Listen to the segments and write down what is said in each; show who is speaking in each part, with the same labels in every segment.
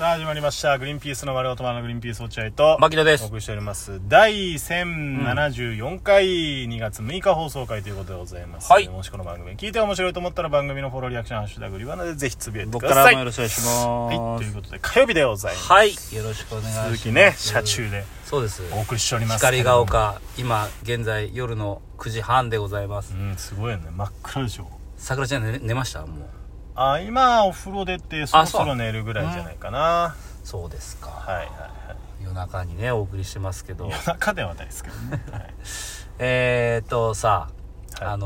Speaker 1: さあ始まりましたグリーンピースの丸音のグリーンピース落合と
Speaker 2: 牧野です。
Speaker 1: お送りしております第1074回、2月6日放送回ということでございます。
Speaker 2: はい。
Speaker 1: もしこの番組聞いて面白いと思ったら番組のフォローリアクションハッシュタグリバナでぜひつぶやいてください。
Speaker 2: 僕からもよろしくお願いします。
Speaker 1: はい、ということで火曜日でございます。
Speaker 2: はい、よろしくお願いします。
Speaker 1: 続きね車中で
Speaker 2: そうです
Speaker 1: お送りしております。
Speaker 2: 光が丘、今現在夜の9時半でございます。
Speaker 1: すごいよね、真っ暗でしょ。
Speaker 2: 桜ちゃん寝ました？もう
Speaker 1: 今お風呂出てそろそろ寝るぐらいじゃないかな。
Speaker 2: そうですか。
Speaker 1: はいはいはい。
Speaker 2: 夜中にねお送りしてますけど、
Speaker 1: 夜中ではないですけどね。はい、
Speaker 2: さあ、
Speaker 1: はい、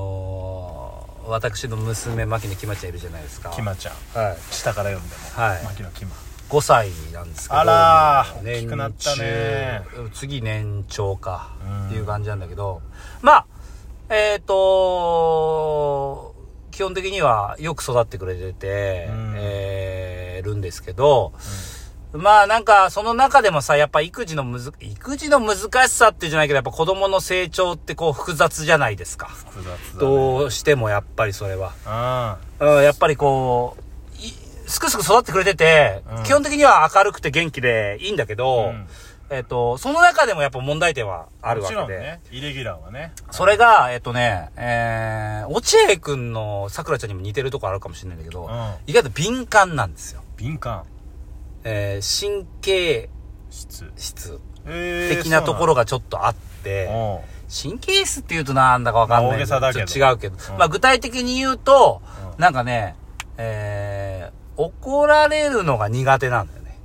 Speaker 2: 私の娘牧野きまちゃんいるじゃないですか。
Speaker 1: きまちゃん、
Speaker 2: はい、
Speaker 1: 下から読んでも、
Speaker 2: はい、
Speaker 1: 牧野きま
Speaker 2: 5歳なんですけど、
Speaker 1: あらー
Speaker 2: 年
Speaker 1: 大きくなったね。
Speaker 2: 次年長かっていう感じなんだけど、基本的にはよく育ってくれてて、るんですけど、なんかその中でもさ、やっぱ育児の難しさってじゃないけど、やっぱ子供の成長ってこう複雑じゃないですか。
Speaker 1: 複雑だね。
Speaker 2: どうしてもやっぱりそれは。やっぱりこう、すくすく育ってくれてて、基本的には明るくて元気でいいんだけど、その中でもやっぱ問題点はあるわけで。もちろんね、イレギュラーはね。それが、落合くんの桜ちゃんにも似てるとこあるかもしれないんだけど、意外と敏感なんですよ。
Speaker 1: 敏感。
Speaker 2: 神経質的なところがちょっとあって、神経質って言うとなんだかわかんない。大げさだけど。ちょっと違うけど。具体的に言うと、なんかね、怒られるのが苦手なんだよね。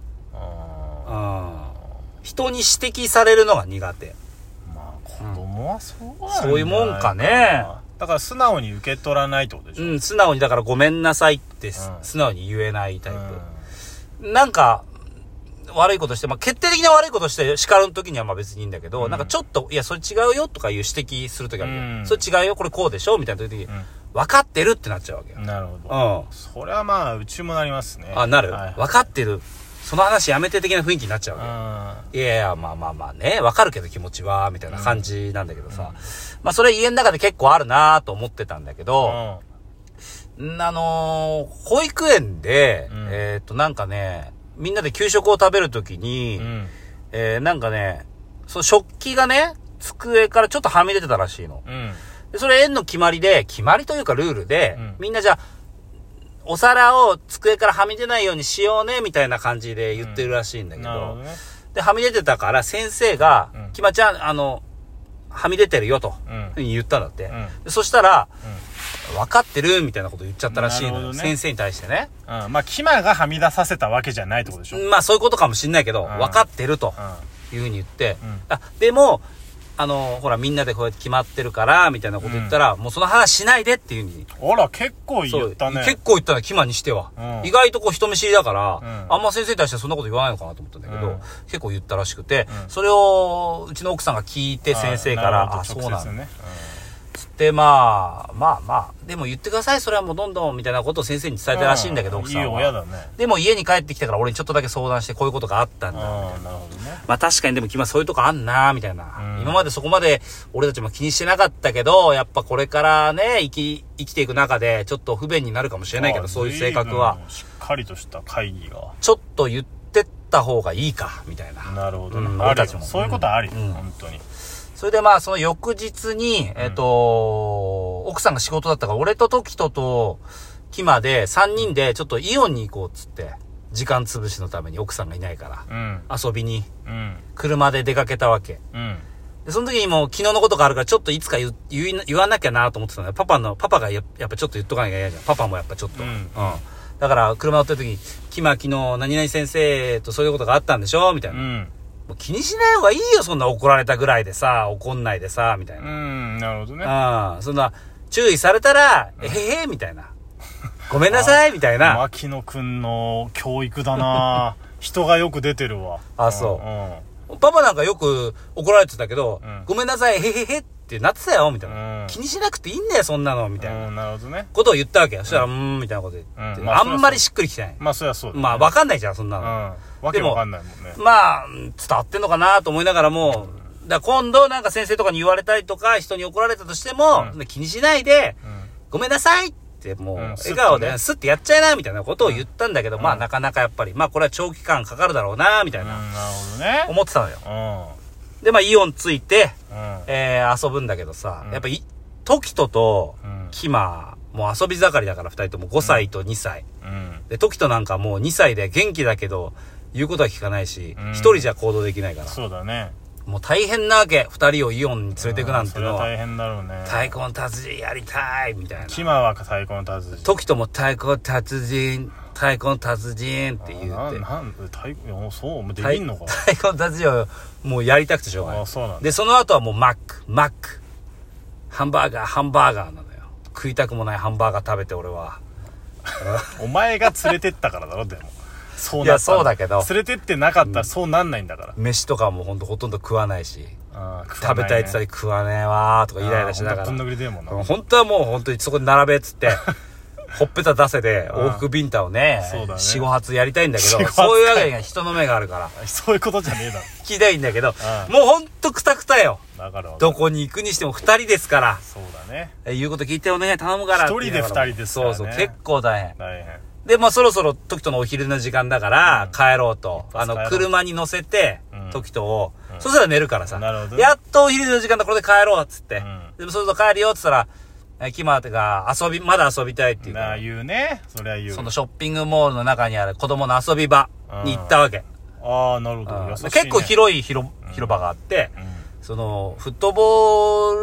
Speaker 2: 人に指摘されるのが苦手。
Speaker 1: 子供は
Speaker 2: そういうもんかね。
Speaker 1: だから素直に受け取らないってことでしょ。
Speaker 2: 素直にだからごめんなさいって素直に言えないタイプ。なんか悪いことして、決定的な悪いことして叱る時には別にいいんだけど、なんかちょっといやそれ違うよとかいう指摘する時あるよ。それ違うよこれこうでしょみたいな時に、分かってるってなっちゃうわけよ。
Speaker 1: なるほど。それはうちもなりますね。
Speaker 2: なる。分かってる。その話やめて的な雰囲気になっちゃうわけ。いやまあね、わかるけど気持ちはみたいな感じなんだけどさ、それ家の中で結構あるなと思ってたんだけど、保育園で、なんかね、みんなで給食を食べるときに、なんかね、その食器がね、机からちょっとはみ出てたらしいの。でそれ園の決まりというかルールで、みんなじゃあ、お皿を机からはみ出ないようにしようねみたいな感じで言ってるらしいんだけど、ではみ出てたから先生が、きまちゃんはみ出てるよと、言ったんだって、そしたら、分かってるみたいなこと言っちゃったらしいの、先生に対してね。
Speaker 1: きまがはみ出させたわけじゃないってことでしょ。
Speaker 2: そういうことかもしんないけど、分かってるというふうに言って、でもほらみんなでこうやって決まってるからみたいなこと言ったら、もうその話しないでっていう風に。
Speaker 1: あら結構言ったね。
Speaker 2: 結構言ったね、キマにしては、意外とこう人見知りだから、あんま先生に対してそんなこと言わないのかなと思ったんだけど、結構言ったらしくて、それをうちの奥さんが聞いて先生からそうなんだね。ででも言ってくださいそれはもうどんどんみたいなことを先生に伝えたらしいんだけど、奥さんは。いい親だね。でも家に帰ってきてから俺にちょっとだけ相談してこういうことがあったんだ。なるほどね。確かにでもキマそういうとこあんなみたいな、今までそこまで俺たちも気にしてなかったけど、やっぱこれからね生きていく中でちょっと不便になるかもしれないけど、そういう性格は
Speaker 1: しっかりとした会議が
Speaker 2: ちょっと言ってった方がいいかみたいな。
Speaker 1: なるほどね。俺たちもそういうことあり、本当に。
Speaker 2: それでその翌日に、奥さんが仕事だったから、俺と時人とキマで3人でちょっとイオンに行こうっつって、時間潰しのために奥さんがいないから、遊びに、車で出かけたわけ。で、その時にもう昨日のことがあるからちょっといつか言わなきゃなと思ってたのよ。パパがやっぱちょっと言っとかなきゃ嫌じゃん。パパもやっぱちょっと。だから車乗ってる時に、キマ昨日何々先生とそういうことがあったんでしょみたいな。もう気にしない方がいいよ、そんな怒られたぐらいでさ、怒んないでさ、みたいな。
Speaker 1: なるほどね。
Speaker 2: そんな、注意されたら、みたいな。ごめんなさい、みたいな。
Speaker 1: 牧野くんの教育だな人がよく出てるわ。
Speaker 2: そう。パパなんかよく怒られてたけど、ごめんなさい、ってなってたよ、みたいな。気にしなくていいんだよ、そんなの、みたいな。
Speaker 1: なるほどね。
Speaker 2: ことを言ったわけよ。そしたら、みたいなこと言って。あんまりしっくりきてない。
Speaker 1: そりゃそうだ。
Speaker 2: わかんないじゃん、そんなの。
Speaker 1: わけわかんないもんね。
Speaker 2: 伝わってんのかなと思いながらも、今度なんか先生とかに言われたりとか、人に怒られたとしても、気にしないで、ごめんなさいっってもう、
Speaker 1: うん
Speaker 2: 笑顔で、
Speaker 1: スッとね
Speaker 2: スッてやっちゃいな、みたいなことを言ったんだけど、
Speaker 1: うん
Speaker 2: まあなかなかやっぱり、まあこれは長期間かかるだろうな、みたいな、
Speaker 1: なるほどね。
Speaker 2: 思ってたのよ。
Speaker 1: うん。
Speaker 2: で、まあイオン着いて、
Speaker 1: うん。
Speaker 2: 遊ぶんだけどさ、
Speaker 1: うん
Speaker 2: やっぱトキトと
Speaker 1: うん
Speaker 2: キマ、もう遊び盛りだから二人とも5歳と2歳。
Speaker 1: うん。
Speaker 2: で、トキトなんかもう2歳で元気だけど、言うことは聞かないし、
Speaker 1: うん
Speaker 2: 一人じゃ行動できないから。
Speaker 1: そうだね。
Speaker 2: もう大変なわけ。二人をイオンに連れていくなんてのは。
Speaker 1: それは大変だろうね。
Speaker 2: 太鼓の達人やりたいみたいな。
Speaker 1: キマは太鼓の達人。
Speaker 2: トキトも太鼓の達人、太鼓の達人って言うて。
Speaker 1: 太鼓、いやそう、もうできんのか。
Speaker 2: 太鼓の達人をもうやりたくてしょうがない。
Speaker 1: そうなんだ。
Speaker 2: で、その後はもうマック。ハンバーガーなのよ。食いたくもないハンバーガー食べて俺は。
Speaker 1: お前が連れてったからだろ、でも。そう
Speaker 2: いや、そうだけど。
Speaker 1: 連れてってなかったらそうなんないんだから。
Speaker 2: 飯とかもほとんど食わないし。食べたいって言った
Speaker 1: り
Speaker 2: り食わねえわーとかイライラしながら。
Speaker 1: ぶん殴りでもんな。
Speaker 2: 本当はもう本当にそこに並べっつって、ほっぺた出せで往復ビンタをね、
Speaker 1: そうだね
Speaker 2: 4、5発やりたいんだけど、
Speaker 1: 4-5発
Speaker 2: そういうわけには人の目があるから、
Speaker 1: そういうことじゃねえだろ。
Speaker 2: 聞きたいんだけど、もうほんとくたくたよ。
Speaker 1: だから
Speaker 2: どこに行くにしても2人ですから。
Speaker 1: そうだね。
Speaker 2: 言うこと聞いてお願い頼むから。
Speaker 1: 一人で2人ですからね。
Speaker 2: そうそう、結構大変。
Speaker 1: 大変。
Speaker 2: で、まあそろそろ時とのお昼の時間だから帰ろうと。
Speaker 1: 帰ろう
Speaker 2: 車に乗せて
Speaker 1: うん、
Speaker 2: 時とを、そしたら寝るからさ。
Speaker 1: なるほどね
Speaker 2: やっとお昼の時間だ、これで帰ろうっつって。
Speaker 1: うん
Speaker 2: でもそろそろ帰るよっつったら、キマがまだ遊びたいっていうから、
Speaker 1: 言うね。そりゃ言う。
Speaker 2: そのショッピングモールの中にある子供の遊び場に行ったわけ。
Speaker 1: ああ、なるほど。優しいね
Speaker 2: 結構広い広場があって、その、フットボ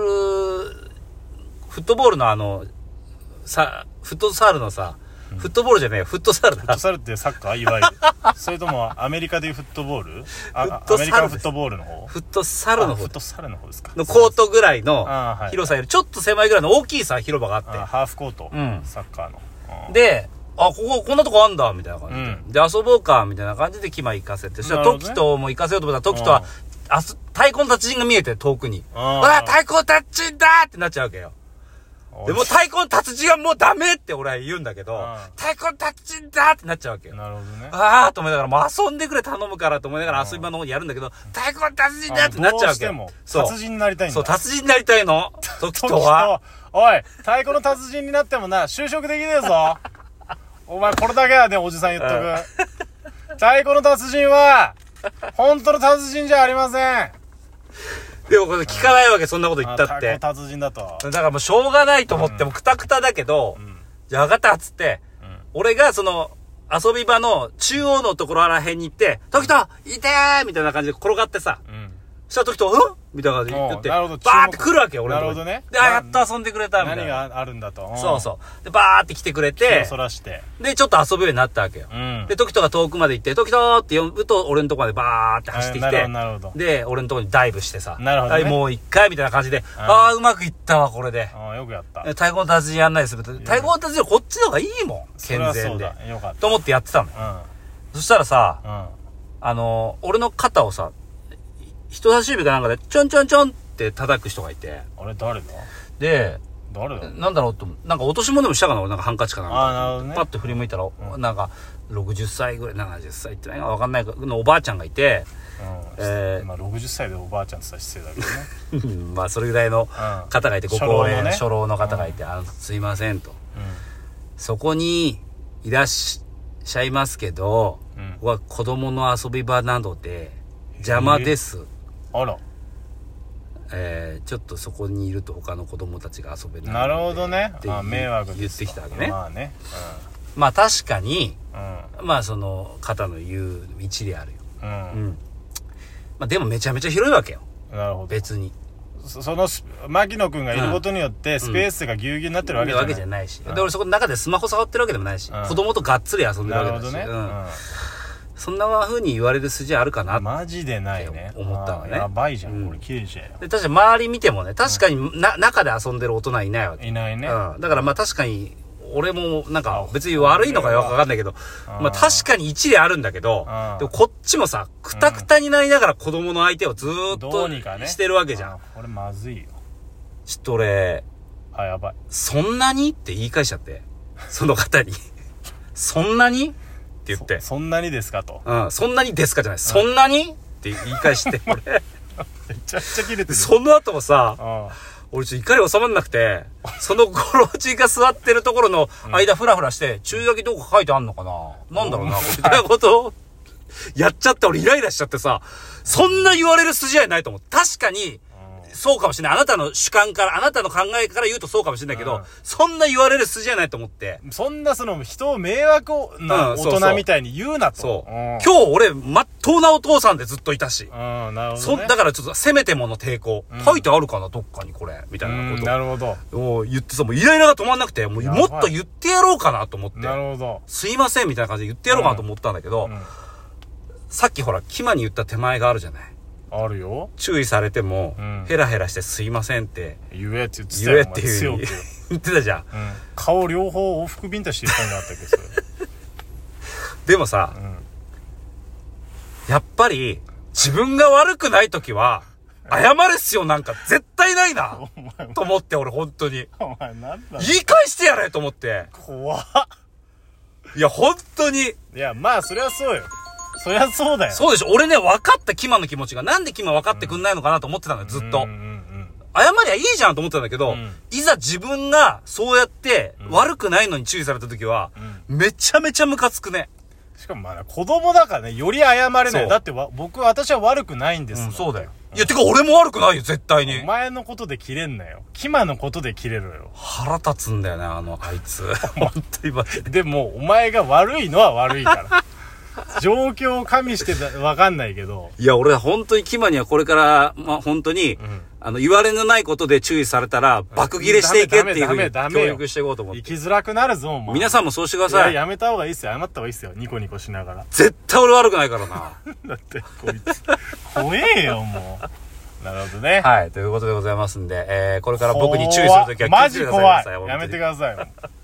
Speaker 2: ールのフットサルのさ、フットボールじゃねえよ、フットサルだ。
Speaker 1: フットサルってサッカーいわゆる。それともアメリカでいうフットボールア
Speaker 2: フットサル
Speaker 1: メリカンフットボールの方
Speaker 2: フットサルの方
Speaker 1: フットサルの方ですか。
Speaker 2: のコートぐらいの
Speaker 1: はい
Speaker 2: 広さよりちょっと狭いぐらいの大きいさ、広場があって。
Speaker 1: ハーフコート。
Speaker 2: うん
Speaker 1: サッカーの。
Speaker 2: で、こんなとこあんだ、みたいな感じで。で、遊ぼうか、みたいな感じでキマ行かせて。そしたらトキトも行かせようと思ったら、トキトは、太鼓の達人が見えて、遠くに。太鼓の達人だってなっちゃうわけよ。でも太鼓の達人はもうダメって俺は言うんだけど、太鼓の達人だってなっちゃうわけよ。
Speaker 1: なるほどね。
Speaker 2: あーと思いながら、もう遊んでくれ頼むからと思いながら遊び場の方にやるんだけど、太鼓の達人だってなっちゃうわけよ。
Speaker 1: どうしても達人になりたいんだ。
Speaker 2: そう、達人になりたいの。時とは。
Speaker 1: おい、太鼓の達人になってもな、就職できねえぞ。お前これだけはね、おじさん言っとく。太鼓の達人は、本当の達人じゃありません。
Speaker 2: でもこれ聞かないわけ、そんなこと言ったって。
Speaker 1: 太鼓達人だと。
Speaker 2: だからもうしょうがないと思っても、くたくただけど、じゃあ分かったっつって、俺がその、遊び場の中央のところら辺に行って、時といてーみたいな感じで転がってさ、そしたら時と、みたいな感じで言って、バーって来るわけよ、俺のとこに。
Speaker 1: なるほどね。
Speaker 2: で、やっと遊んでくれた、みたいな。
Speaker 1: 何があるんだと。
Speaker 2: そうそう。で、バーって来てくれて、
Speaker 1: そらして。
Speaker 2: で、ちょっと遊ぶようになったわけよ。で、時とが遠くまで行って、時とって呼ぶと、俺のとこまでバーって走ってきて、
Speaker 1: なるほど。
Speaker 2: で、俺のとこにダイブしてさ、
Speaker 1: なるほど。
Speaker 2: はい、もう一回みたいな感じで、うまくいったわ、これで。
Speaker 1: よくやった。
Speaker 2: 太鼓の達人やんないですけど、太鼓の達人はこっちの方がいいもん。健全で。
Speaker 1: よかった。
Speaker 2: と思ってやってたの。そしたらさ、俺の肩をさ、人差し指かなんかで、ちょんちょんちょんって叩く人がいて。
Speaker 1: あれ、誰だ
Speaker 2: で、
Speaker 1: 誰だ
Speaker 2: なんだろうと、なんか落とし物でもしたかな、俺なんかハンカチかなんか。
Speaker 1: なるほどね。
Speaker 2: パッと振り向いたら、なんか、60歳ぐらい、70歳って何かわかんないのおばあちゃんがいて、
Speaker 1: まあ60歳でおばあちゃんって言ったら失礼だけどね。
Speaker 2: まあそれぐらいの方がいて、ご高齢の初老の方がいて、すいませんと。そこにいらっしゃいますけど、ここは子供の遊び場などで邪魔です。
Speaker 1: あら。
Speaker 2: ちょっとそこにいると他の子供たちが遊べない。
Speaker 1: なるほどね。迷惑
Speaker 2: 言ってきたわけね。
Speaker 1: まあね。
Speaker 2: まあ確かに、まあその方の言う一理あるよ。まあでもめちゃめちゃ広いわけよ。
Speaker 1: なるほど。
Speaker 2: 別に。
Speaker 1: その、牧野くんがいることによって、スペースがぎゅうぎゅうになってるわけじゃない
Speaker 2: し。で、俺そこの中でスマホ触ってるわけでもないし、子供とがっつり遊んでるわけだし。なるほどね。そんな風に言われる筋あるかなって。
Speaker 1: マジでないね。
Speaker 2: 思ったのね。
Speaker 1: やばいじゃん、これ、消えちゃうよ。
Speaker 2: で、確かに周り見てもね、確かに中で遊んでる大人いないわけ。
Speaker 1: いないね。
Speaker 2: だからまあ確かに、俺もなんか別に悪いのかよくわかんないけど、まあ確かに一理あるんだけど、でもこっちもさ、くたくたになりながら子供の相手をずーっとしてるわけじゃん。
Speaker 1: これまずいよ。
Speaker 2: ちょっと俺、
Speaker 1: やばい。
Speaker 2: そんなにって言い返しちゃって、その方に。そんなにって言って。
Speaker 1: そんなにですかと。
Speaker 2: そんなにですかじゃない。そんなにって言い返して、俺。
Speaker 1: めちゃくちゃ切れてる。
Speaker 2: その後もさ、 俺ちょっと怒り収まんなくて、そのゴロチが座ってるところの間フラフラして、注意書きどこか書いてあんのかな、なんだろうな、みたいなことをやっちゃって俺イライラしちゃってさ、そんな言われる筋合いないと思う。確かに、そうかもしれない。あなたの主観から、あなたの考えから言うとそうかもしれないけど、そんな言われる筋合いないと思って。
Speaker 1: そんな人を迷惑な大人みたいに言うなと。
Speaker 2: そう。今日俺、まっとうなお父さんでずっといたし。
Speaker 1: なるほど、ね。
Speaker 2: だからちょっとせめてもの抵抗。書いてあるかな、どっかにこれ。みたいなこと。
Speaker 1: なるほど。
Speaker 2: もう言ってさ、もうイライラが止まんなくて、もっと言ってやろうかなと思って。
Speaker 1: なるほど。
Speaker 2: すいませんみたいな感じで言ってやろうかなと思ったんだけど、さっきほら、キマに言った手前があるじゃない。
Speaker 1: あるよ。
Speaker 2: 注意されても、ヘラヘラしてすいませんって。
Speaker 1: 言えって言ってたよ。
Speaker 2: 言えっていう。言ってたじゃん。
Speaker 1: 顔両方往復ビンタして言ったんだったっけ、それ。
Speaker 2: でもさ、やっぱり、自分が悪くないときは、謝る必要なんか絶対ないなと思って、俺本当に。
Speaker 1: お前なんだ
Speaker 2: 言い返してやれと思って。
Speaker 1: 怖っ。
Speaker 2: いや、本当に。
Speaker 1: いや、まあ、そりゃそうよ。そりゃそうだよ。
Speaker 2: そうでしょ。俺ね、分かったキマの気持ちが、なんでキマ分かってくんないのかなと思ってたのよ、ずっと。謝りゃいいじゃんと思ってたんだけど、いざ自分がそうやって悪くないのに注意された時は、めちゃめちゃムカつくね。
Speaker 1: しかもまだ子供だからね、より謝れない。だって私は悪くないんです。
Speaker 2: そうだよ。いや、てか俺も悪くないよ、絶対に。
Speaker 1: お前のことで切れんなよ。キマのことで切れるよ。
Speaker 2: 腹立つんだよね、あいつ。本当にマジで。
Speaker 1: でも、お前が悪いのは悪いから。状況を加味してわかんないけど。
Speaker 2: いや、俺は本当にキマにはこれから、本当に、言われのないことで注意されたら、爆切れしていけっていうふうに教育していこうと思って。
Speaker 1: 生きづらくなるぞ、お前。
Speaker 2: 皆さんもそうしてください。
Speaker 1: いや、やめた方がいいっすよ。謝った方がいいっすよ。ニコニコしながら。
Speaker 2: 絶対俺悪くないからな。
Speaker 1: だって、こいつ。怖えよ、もう。なるほどね。
Speaker 2: はい、ということでございますんで、これから僕に注意するときは気をつけてください。
Speaker 1: マジ怖い。やめてください。